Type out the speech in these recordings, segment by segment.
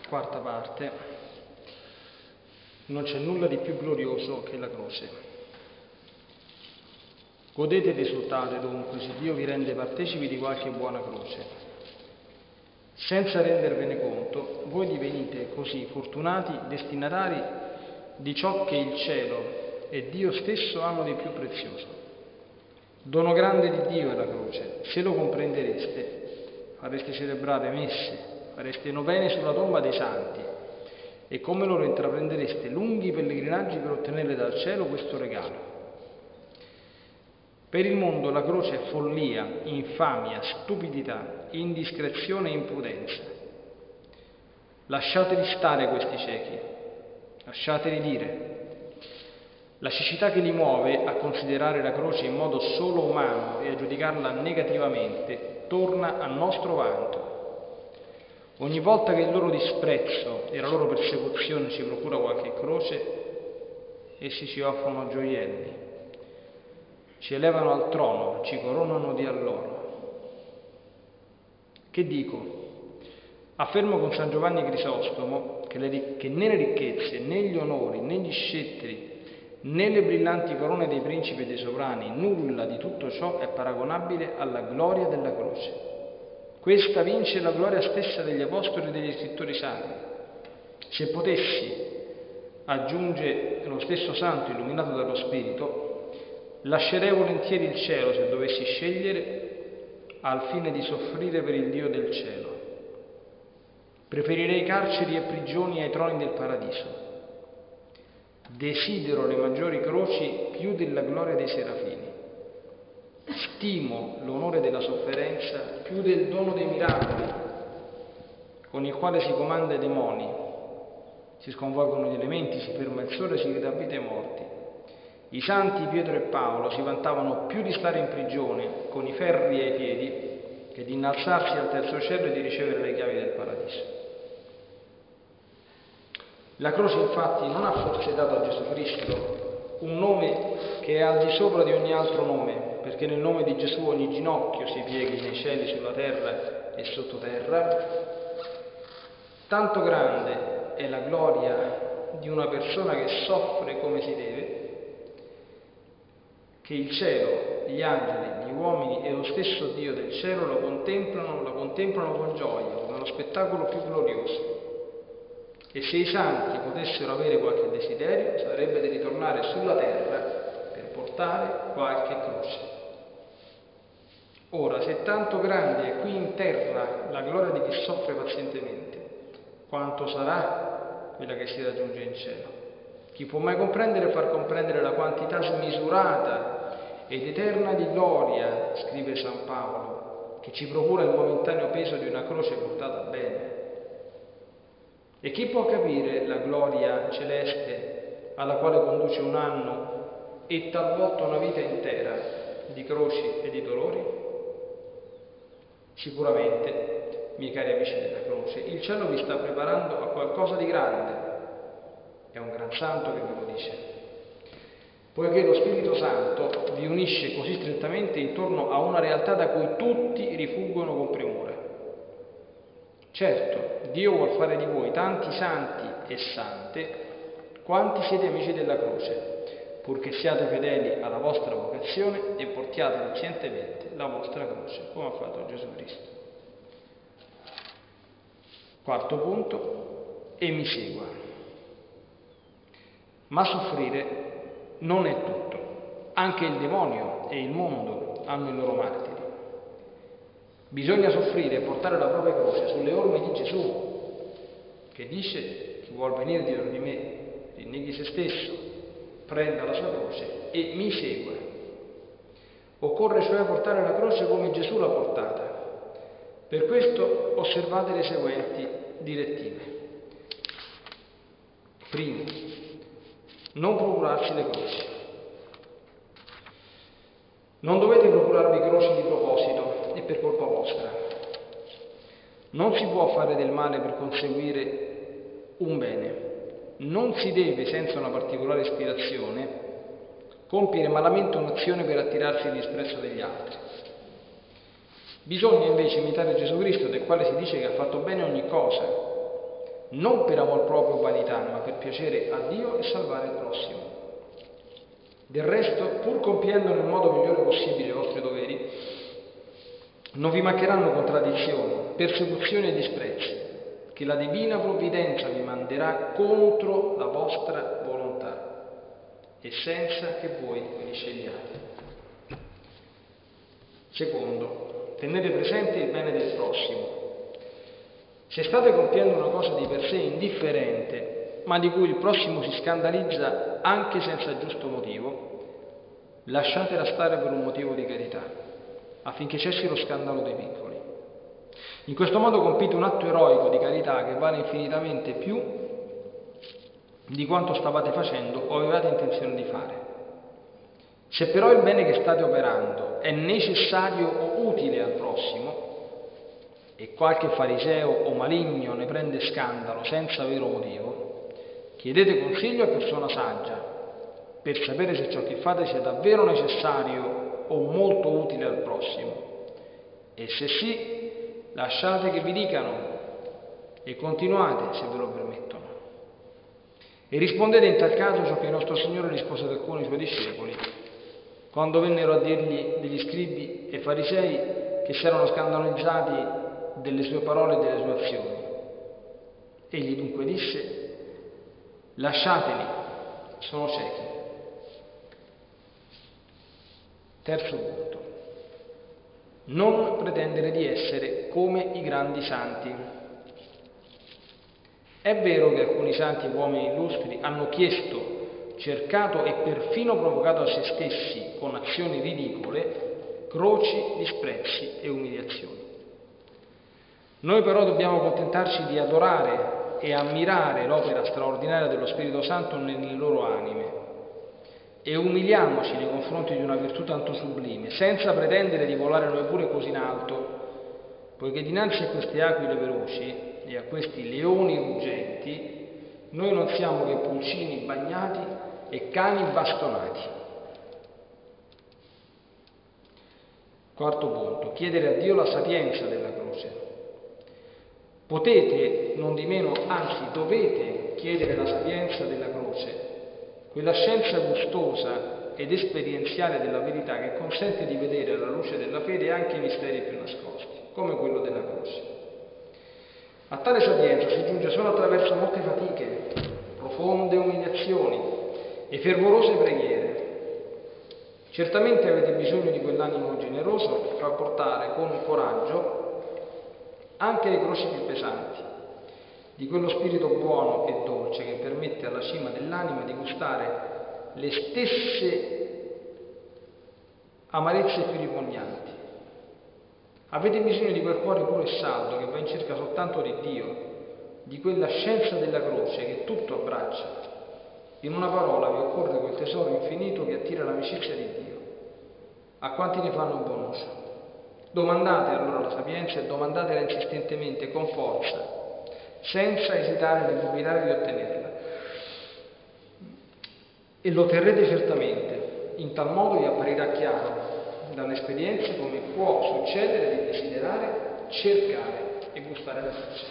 Quarta parte. Non c'è nulla di più glorioso che la croce. Godete ed esultate dunque se Dio vi rende partecipi di qualche buona croce. Senza rendervene conto, voi divenite così fortunati destinatari di ciò che il cielo e Dio stesso hanno di più prezioso. Dono grande di Dio è la croce. Se lo comprendereste, fareste celebrare messe, fareste novene sulla tomba dei santi e come loro intraprendereste lunghi pellegrinaggi per ottenere dal cielo questo regalo. Per il mondo la croce è follia, infamia, stupidità, indiscrezione e imprudenza. Lasciateli stare questi ciechi, lasciateli dire. La cecità che li muove a considerare la croce in modo solo umano e a giudicarla negativamente torna a nostro vanto. Ogni volta che il loro disprezzo e la loro persecuzione ci procura qualche croce, essi ci offrono gioielli, ci elevano al trono, ci coronano di alloro. Che dico? Affermo con San Giovanni Crisostomo che né le ricchezze, né gli onori, né gli scettri, né le brillanti corone dei principi e dei sovrani, nulla di tutto ciò è paragonabile alla gloria della croce. Questa vince la gloria stessa degli apostoli e degli scrittori sacri. Se potessi, aggiunge lo stesso santo illuminato dallo Spirito, lascerei volentieri il cielo se dovessi scegliere al fine di soffrire per il Dio del cielo. Preferirei carceri e prigioni ai troni del paradiso. Desidero le maggiori croci più della gloria dei serafini. Stimo l'onore della sofferenza più del dono dei miracoli, con il quale si comanda i demoni, si sconvolgono gli elementi, si ferma il sole, si ridà vita ai morti. I santi Pietro e Paolo si vantavano più di stare in prigione con i ferri ai piedi che di innalzarsi al terzo cielo e di ricevere le chiavi del paradiso. La croce infatti non ha forse dato a Gesù Cristo un nome che è al di sopra di ogni altro nome, perché nel nome di Gesù ogni ginocchio si pieghi nei cieli, sulla terra e sottoterra. Tanto grande è la gloria di una persona che soffre come si deve, che il cielo, gli angeli, gli uomini e lo stesso Dio del cielo la contemplano con gioia, come uno spettacolo più glorioso. E se i santi potessero avere qualche desiderio, sarebbe di ritornare sulla terra per portare qualche croce. Ora, se tanto grande è qui in terra la gloria di chi soffre pazientemente, quanto sarà quella che si raggiunge in cielo? Chi può mai comprendere e far comprendere la quantità smisurata ed eterna di gloria, scrive San Paolo, che ci procura il momentaneo peso di una croce portata bene? E chi può capire la gloria celeste alla quale conduce un anno e talvolta una vita intera di croci e di dolori? Sicuramente, miei cari amici della croce, il cielo vi sta preparando a qualcosa di grande. È un gran santo che ve lo dice. Poiché lo Spirito Santo vi unisce così strettamente intorno a una realtà da cui tutti rifuggono con premura. Certo, Dio vuol fare di voi tanti santi e sante quanti siete amici della croce, purché siate fedeli alla vostra vocazione e portiate pazientemente la vostra croce, come ha fatto Gesù Cristo. Quarto punto, e mi segua. Ma soffrire non è tutto. Anche il demonio e il mondo hanno i loro martiri. Bisogna soffrire e portare la propria croce sulle orme di Gesù, che dice: chi vuol venire dietro di me, rinneghi se stesso, prenda la sua croce e mi segua. Occorre cioè portare la croce come Gesù l'ha portata. Per questo osservate le seguenti direttive. Primo, non procurarsi le croci. Non dovete procurarvi croci di proposito e per colpa vostra. Non si può fare del male per conseguire un bene. Non si deve, senza una particolare ispirazione, compiere malamente un'azione per attirarsi il disprezzo degli altri. Bisogna invece imitare Gesù Cristo, del quale si dice che ha fatto bene ogni cosa, non per amor proprio o vanità, ma per piacere a Dio e salvare il prossimo. Del resto, pur compiendo nel modo migliore possibile i vostri doveri, non vi mancheranno contraddizioni, persecuzioni e disprezzi, che la divina provvidenza vi manderà contro la vostra volontà e senza che voi ve li scegliate. Secondo, tenete presente il bene del prossimo. Se state compiendo una cosa di per sé indifferente, ma di cui il prossimo si scandalizza anche senza giusto motivo, lasciatela stare per un motivo di carità, affinché cessi lo scandalo dei piccoli. In questo modo compite un atto eroico di carità che vale infinitamente più di quanto stavate facendo o avevate intenzione di fare. Se però il bene che state operando è necessario o utile al prossimo, e qualche fariseo o maligno ne prende scandalo senza vero motivo, chiedete consiglio a persona saggia per sapere se ciò che fate sia davvero necessario o molto utile al prossimo, e se sì, lasciate che vi dicano e continuate se ve lo permettono. E rispondete in tal caso ciò che il nostro Signore rispose ad alcuni suoi discepoli quando vennero a dirgli degli scribi e farisei che si erano scandalizzati delle sue parole e delle sue azioni. Egli dunque disse: lasciateli, sono ciechi. Terzo punto: non pretendere di essere come i grandi santi. È vero che alcuni santi uomini illustri hanno chiesto, cercato e perfino provocato a se stessi con azioni ridicole croci, disprezzi e umiliazioni. Noi però dobbiamo contentarci di adorare e ammirare l'opera straordinaria dello Spirito Santo nelle loro anime e umiliamoci nei confronti di una virtù tanto sublime, senza pretendere di volare noi pure così in alto, poiché dinanzi a queste aquile veloci e a questi leoni ruggenti noi non siamo che pulcini bagnati e cani bastonati. Quarto punto: chiedere a Dio la sapienza della croce. Potete, non di meno, anzi dovete chiedere la sapienza della croce, quella scienza gustosa ed esperienziale della verità che consente di vedere alla luce della fede anche i misteri più nascosti, come quello della croce. A tale sapienza si giunge solo attraverso molte fatiche, profonde umiliazioni e fervorose preghiere. Certamente avete bisogno di quell'animo generoso che fa portare con coraggio anche le croci più pesanti, di quello spirito buono e dolce che permette alla cima dell'anima di gustare le stesse amarezze più ripugnanti. Avete bisogno di quel cuore puro e saldo che va in cerca soltanto di Dio, di quella scienza della croce che tutto abbraccia. In una parola, vi occorre quel tesoro infinito che attira l'amicizia di Dio. A quanti ne fanno un buon uso? Domandate allora la sapienza e domandatela insistentemente, con forza, senza esitare nel dubitare di ottenerla. E lo otterrete certamente. In tal modo vi apparirà chiaro dall'esperienza come può succedere di desiderare, cercare e gustare la croce.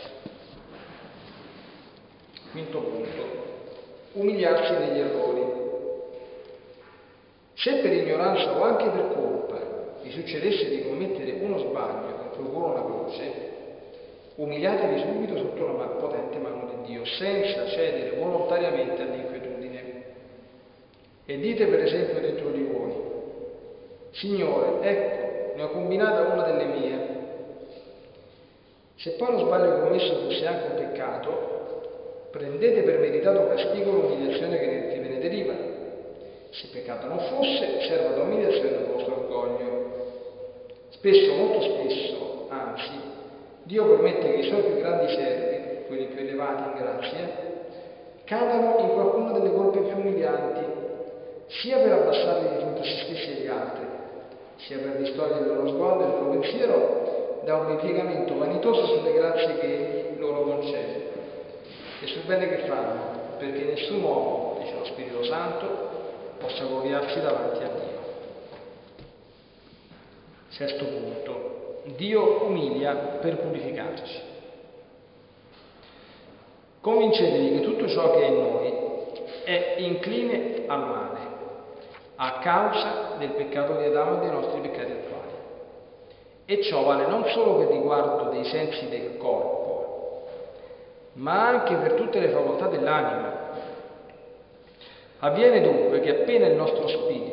Quinto punto: umiliarsi negli errori. Se per ignoranza o anche per colpa vi succedesse di commettere uno sbaglio che procura una croce, umiliatevi subito sotto la potente mano di Dio, senza cedere volontariamente all'inquietudine. E dite per esempio dentro di voi: Signore, ecco, ne ho combinata una delle mie. Se poi lo sbaglio commesso fosse anche un peccato, prendete per meritato castigo l'umiliazione che ve ne deriva. Se peccato non fosse, serva da umiliazione del vostro orgoglio. Spesso, molto spesso, anzi, Dio permette che i suoi più grandi servi, quelli più elevati in grazia, cadano in qualcuna delle colpe più umilianti, sia per abbassarli di fronte a se stessi e agli altri, sia per distogliere il loro sguardo e il loro pensiero da un ripiegamento vanitoso sulle grazie che Egli loro concede e sul bene che fanno, perché in nessun uomo, dice lo Spirito Santo, possa gloriarsi davanti a Dio. Sesto punto: Dio umilia per purificarci. Convincetevi che tutto ciò che è in noi è incline al male, a causa del peccato di Adamo e dei nostri peccati attuali. E ciò vale non solo per riguardo dei sensi del corpo, ma anche per tutte le facoltà dell'anima. Avviene dunque che appena il nostro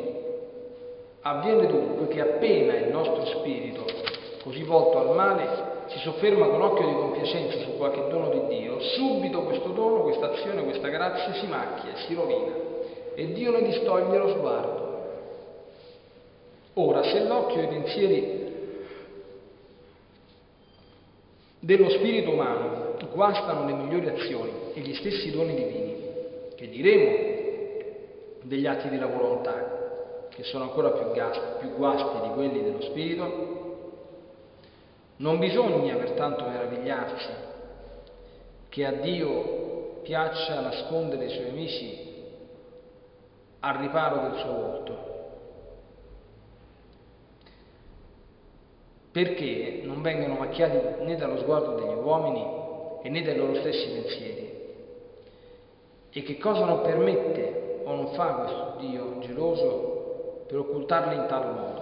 spirito, così volto al male, si sofferma con occhio di compiacenza su qualche dono di Dio, subito questo dono, questa azione, questa grazia si macchia, si rovina e Dio ne distoglie lo sguardo. Ora, se l'occhio e i pensieri dello spirito umano guastano le migliori azioni e gli stessi doni divini, che diremo degli atti della volontà, che sono ancora più guasti di quelli dello spirito, non bisogna pertanto meravigliarsi che a Dio piaccia nascondere i suoi amici al riparo del suo volto, perché non vengono macchiati né dallo sguardo degli uomini e né dai loro stessi pensieri. E che cosa non permette o non fa questo Dio geloso per occultarli in tal modo?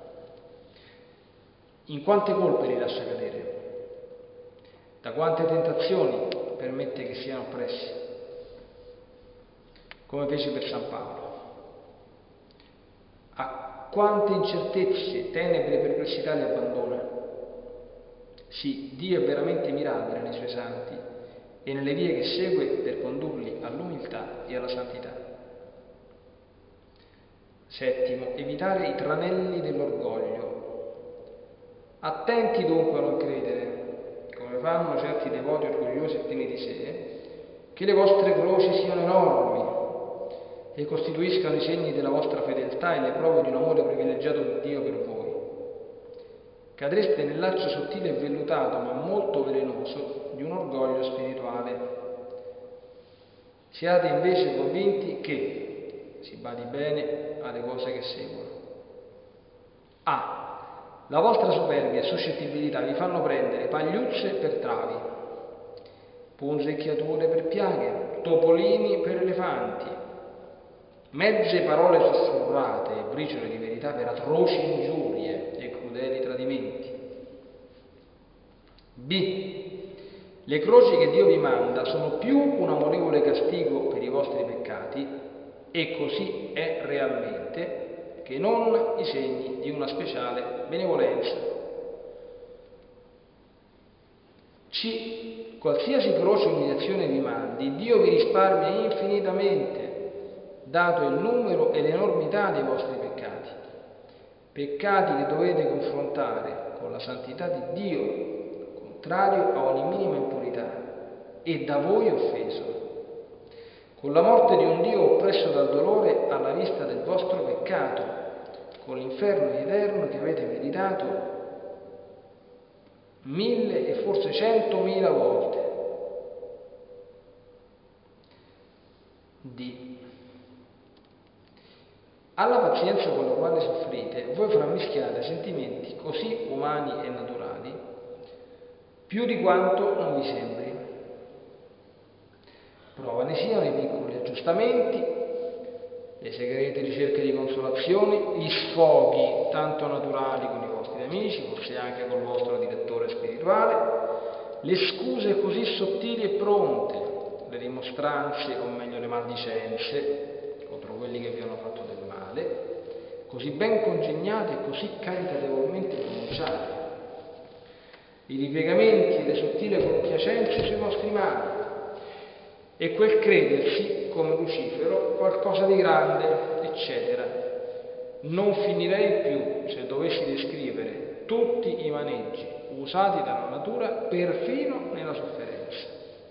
In quante colpe li lascia cadere? Da quante tentazioni permette che siano oppressi? Come fece per San Paolo. A quante incertezze, tenebre e perplessità li abbandona? Sì, Dio è veramente mirabile nei suoi santi e nelle vie che segue per condurli all'umiltà e alla santità. Settimo, evitare i tranelli dell'orgoglio. Attenti dunque a non credere, come fanno certi devoti orgogliosi e pieni di sé, che le vostre croci siano enormi e costituiscano i segni della vostra fedeltà e le prove di un amore privilegiato di Dio per voi. Cadreste nel laccio sottile e vellutato, ma molto velenoso, di un orgoglio spirituale. Siate invece convinti che, si badi bene alle cose che seguono. A. La vostra superbia e suscettibilità vi fanno prendere pagliuzze per travi, punzecchiature per piaghe, topolini per elefanti, mezze parole sussurrate e briciole di verità per atroci ingiurie e crudeli tradimenti. B. Le croci che Dio vi manda sono più un amorevole castigo per i vostri peccati, e così è realmente, che non i segni di una speciale benevolenza. C. Qualsiasi croce o umiliazione vi mandi, Dio vi risparmia infinitamente, dato il numero e l'enormità dei vostri peccati. Peccati che dovete confrontare con la santità di Dio, contrario a ogni minima impurità, e da voi offeso, con la morte di un Dio oppresso dal dolore alla vista del vostro peccato, con l'inferno eterno che avete meditato 1000 e forse 100.000 volte. D. Alla pazienza con la quale soffrite, voi frammischiate sentimenti così umani e naturali, più di quanto non vi sembri. Prova ne siano i piccoli aggiustamenti, le segrete ricerche di consolazione, gli sfoghi tanto naturali con i vostri amici, forse anche col vostro direttore spirituale, le scuse così sottili e pronte, le rimostranze, o meglio le maldicenze, contro quelli che vi hanno fatto del male, così ben congegnate e così caritatevolmente pronunciate, i ripiegamenti e le sottili compiacenze sui vostri mali, e quel credersi, come Lucifero, qualcosa di grande, eccetera. Non finirei più se dovessi descrivere tutti i maneggi usati dalla natura, perfino nella sofferenza.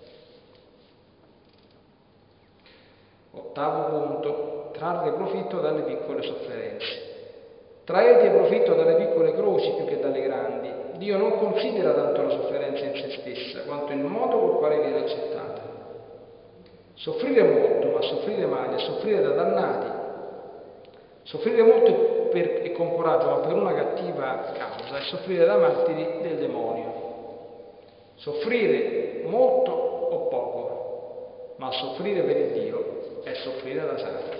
Ottavo punto, trarre profitto dalle piccole sofferenze. Traete profitto dalle piccole croci più che dalle grandi. Dio non considera tanto la sofferenza in se stessa, quanto il modo col quale viene accettata. Soffrire molto, ma soffrire male, è soffrire da dannati. Soffrire molto e con coraggio, ma per una cattiva causa, è soffrire da martiri del demonio. Soffrire molto o poco, ma soffrire per il Dio è soffrire da santi.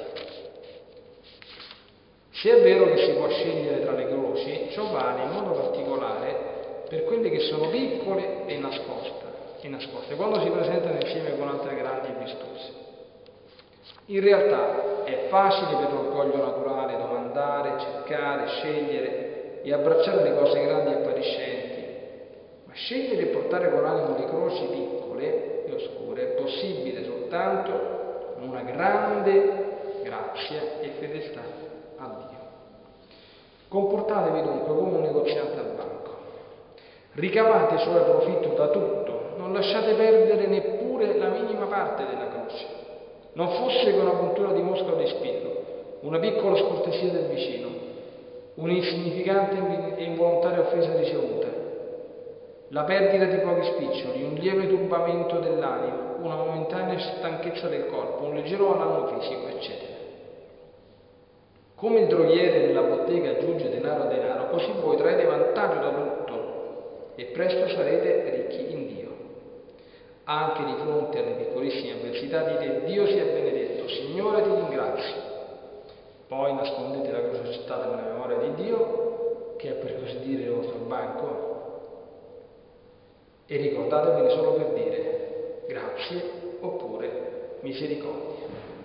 Se è vero che si può scegliere tra le croci, ciò vale in modo particolare per quelle che sono piccole e nascoste, quando si presentano insieme con altre grandi e vistose. In realtà è facile per l'orgoglio naturale domandare, cercare, scegliere e abbracciare le cose grandi e appariscenti, ma scegliere e portare con animo le croci piccole e oscure è possibile soltanto con una grande grazia e fedeltà a Dio. Comportatevi dunque come un negoziante al banco. Ricavate i suoi profitto da tutto, non lasciate perdere neppure la minima parte della croce. Non fosse che una puntura di mosca o di spillo, una piccola scortesia del vicino, un'insignificante e involontaria offesa ricevuta, la perdita di pochi spiccioli, un lieve turbamento dell'anima, una momentanea stanchezza del corpo, un leggero malanno fisico, eccetera. Come il droghiere nella bottega aggiunge denaro a denaro, così voi traete vantaggio da tutto e presto sarete ricchi in Dio. Anche di fronte alle piccolissime avversità dite: Dio sia benedetto, Signore ti ringrazio. Poi nascondete la croce accettata nella memoria di Dio, che è per così dire il vostro banco, e ricordatevene solo per dire grazie oppure misericordia.